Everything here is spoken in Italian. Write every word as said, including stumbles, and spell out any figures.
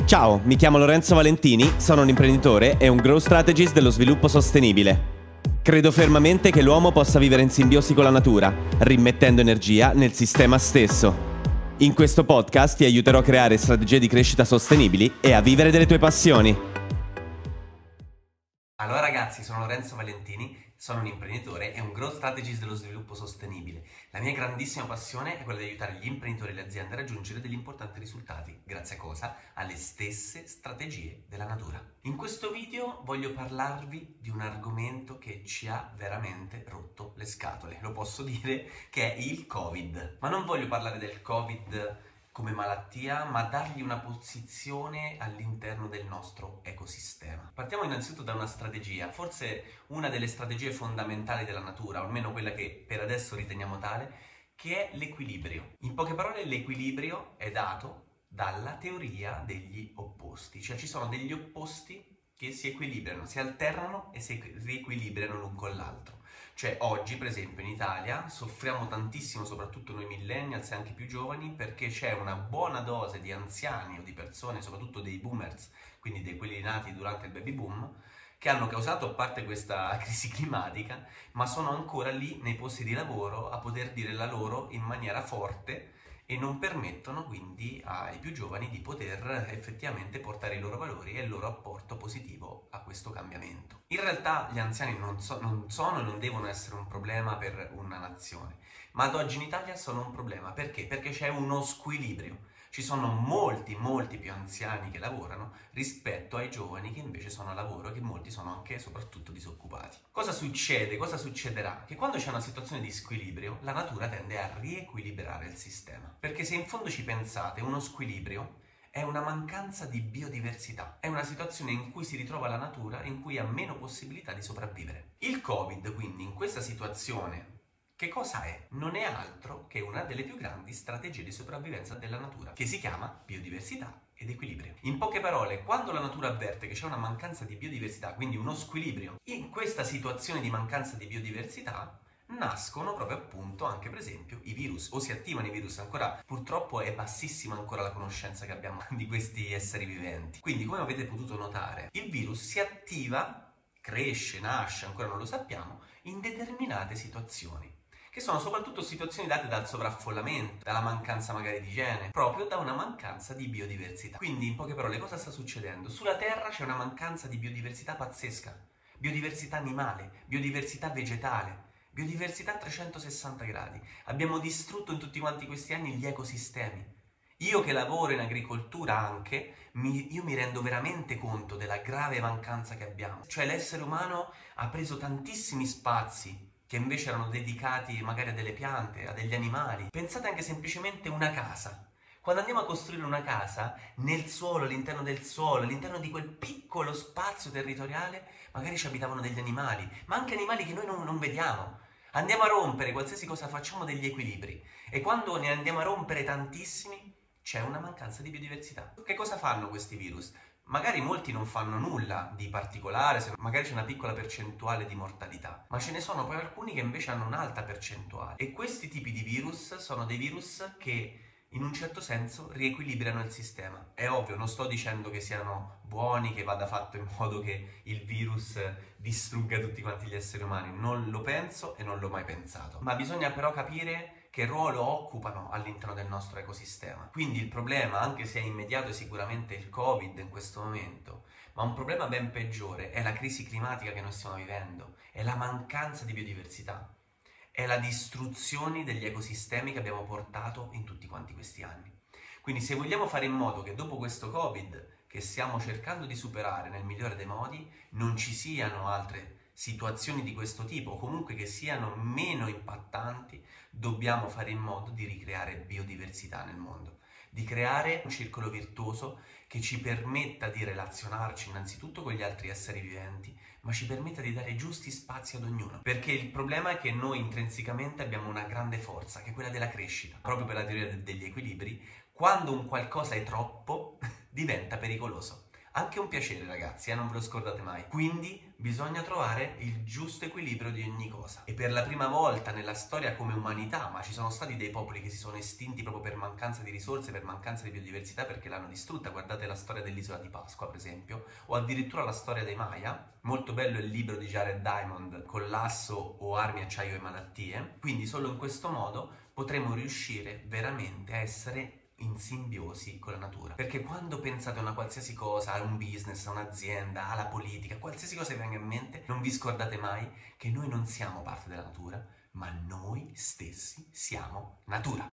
Ciao, mi chiamo Lorenzo Valentini, sono un imprenditore e un growth strategist dello sviluppo sostenibile. Credo fermamente che l'uomo possa vivere in simbiosi con la natura, rimettendo energia nel sistema stesso. In questo podcast ti aiuterò a creare strategie di crescita sostenibili e a vivere delle tue passioni. Allora ragazzi, sono Lorenzo Valentini, sono un imprenditore e un growth strategist dello sviluppo sostenibile. La mia grandissima passione è quella di aiutare gli imprenditori e le aziende a raggiungere degli importanti risultati, grazie a cosa? Alle stesse strategie della natura. In questo video voglio parlarvi di un argomento che ci ha veramente rotto le scatole, lo posso dire, che è il Covid. Ma non voglio parlare del Covid come malattia, ma dargli una posizione all'interno del nostro ecosistema. Partiamo innanzitutto da una strategia, forse una delle strategie fondamentali della natura, o almeno quella che per adesso riteniamo tale, che è l'equilibrio. In poche parole, l'equilibrio è dato dalla teoria degli opposti, cioè ci sono degli opposti che si equilibrano, si alternano e si riequilibrano l'un con l'altro. Cioè oggi, per esempio, in Italia soffriamo tantissimo, soprattutto noi millennials e anche più giovani, perché c'è una buona dose di anziani o di persone, soprattutto dei boomers, quindi di quelli nati durante il baby boom, che hanno causato, a parte questa crisi climatica, ma sono ancora lì nei posti di lavoro a poter dire la loro in maniera forte e non permettono quindi ai più giovani di poter effettivamente portare i loro valori e il loro apporto positivo a questo cambiamento. In realtà gli anziani non, so, non sono e non devono essere un problema per una nazione, ma ad oggi in Italia sono un problema. Perché? Perché c'è uno squilibrio. Ci sono molti, molti più anziani che lavorano rispetto ai giovani che invece sono a lavoro e che molti sono anche e soprattutto disoccupati. Cosa succede? Cosa succederà? Che quando c'è una situazione di squilibrio, la natura tende a riequilibrare il sistema. Perché se in fondo ci pensate, uno squilibrio è una mancanza di biodiversità. È una situazione in cui si ritrova la natura, in cui ha meno possibilità di sopravvivere. Il Covid, quindi, in questa situazione, che cosa è? Non è altro che una delle più grandi strategie di sopravvivenza della natura, che si chiama biodiversità ed equilibrio. In poche parole, quando la natura avverte che c'è una mancanza di biodiversità, quindi uno squilibrio, in questa situazione di mancanza di biodiversità nascono proprio appunto anche per esempio i virus, o si attivano i virus. Ancora purtroppo è bassissima ancora la conoscenza che abbiamo di questi esseri viventi. Quindi, come avete potuto notare, il virus si attiva, cresce, nasce, ancora non lo sappiamo, in determinate situazioni, che sono soprattutto situazioni date dal sovraffollamento, dalla mancanza magari di igiene, proprio da una mancanza di biodiversità. Quindi, in poche parole, cosa sta succedendo? Sulla Terra c'è una mancanza di biodiversità pazzesca, biodiversità animale, biodiversità vegetale, biodiversità a trecentosessanta gradi. Abbiamo distrutto in tutti quanti questi anni gli ecosistemi. Io che lavoro in agricoltura anche, mi, io mi rendo veramente conto della grave mancanza che abbiamo. Cioè l'essere umano ha preso tantissimi spazi che invece erano dedicati magari a delle piante, a degli animali. Pensate anche semplicemente una casa. Quando andiamo a costruire una casa, nel suolo, all'interno del suolo, all'interno di quel piccolo spazio territoriale, magari ci abitavano degli animali, ma anche animali che noi non, non vediamo. Andiamo a rompere qualsiasi cosa facciamo degli equilibri, e quando ne andiamo a rompere tantissimi c'è una mancanza di biodiversità. Che cosa fanno questi virus? Magari molti non fanno nulla di particolare, magari c'è una piccola percentuale di mortalità, ma ce ne sono poi alcuni che invece hanno un'alta percentuale, e questi tipi di virus sono dei virus che in un certo senso riequilibrano il sistema. È ovvio, non sto dicendo che siano buoni, che vada fatto in modo che il virus distrugga tutti quanti gli esseri umani, non lo penso e non l'ho mai pensato, ma bisogna però capire che ruolo occupano all'interno del nostro ecosistema. Quindi il problema, anche se è immediato, è sicuramente il Covid in questo momento, ma un problema ben peggiore è la crisi climatica che noi stiamo vivendo, è la mancanza di biodiversità, è la distruzione degli ecosistemi che abbiamo portato in tutti quanti questi anni. Quindi se vogliamo fare in modo che dopo questo Covid, che stiamo cercando di superare nel migliore dei modi, non ci siano altre situazioni di questo tipo, o comunque che siano meno impattanti, dobbiamo fare in modo di ricreare biodiversità nel mondo, di creare un circolo virtuoso che ci permetta di relazionarci innanzitutto con gli altri esseri viventi, ma ci permetta di dare giusti spazi ad ognuno. Perché il problema è che noi intrinsecamente abbiamo una grande forza, che è quella della crescita. Proprio per la teoria degli equilibri, quando un qualcosa è troppo, diventa pericoloso. Anche un piacere, ragazzi, eh, non ve lo scordate mai. Quindi bisogna trovare il giusto equilibrio di ogni cosa. E per la prima volta nella storia come umanità, ma ci sono stati dei popoli che si sono estinti proprio per mancanza di risorse, per mancanza di biodiversità, perché l'hanno distrutta. Guardate la storia dell'isola di Pasqua, per esempio, o addirittura la storia dei Maya. Molto bello il libro di Jared Diamond, Collasso o armi, acciaio e malattie. Quindi solo in questo modo potremo riuscire veramente a essere in simbiosi con la natura. Perché quando pensate a una qualsiasi cosa, a un business, a un'azienda, alla politica, qualsiasi cosa vi venga in mente, non vi scordate mai che noi non siamo parte della natura, ma noi stessi siamo natura.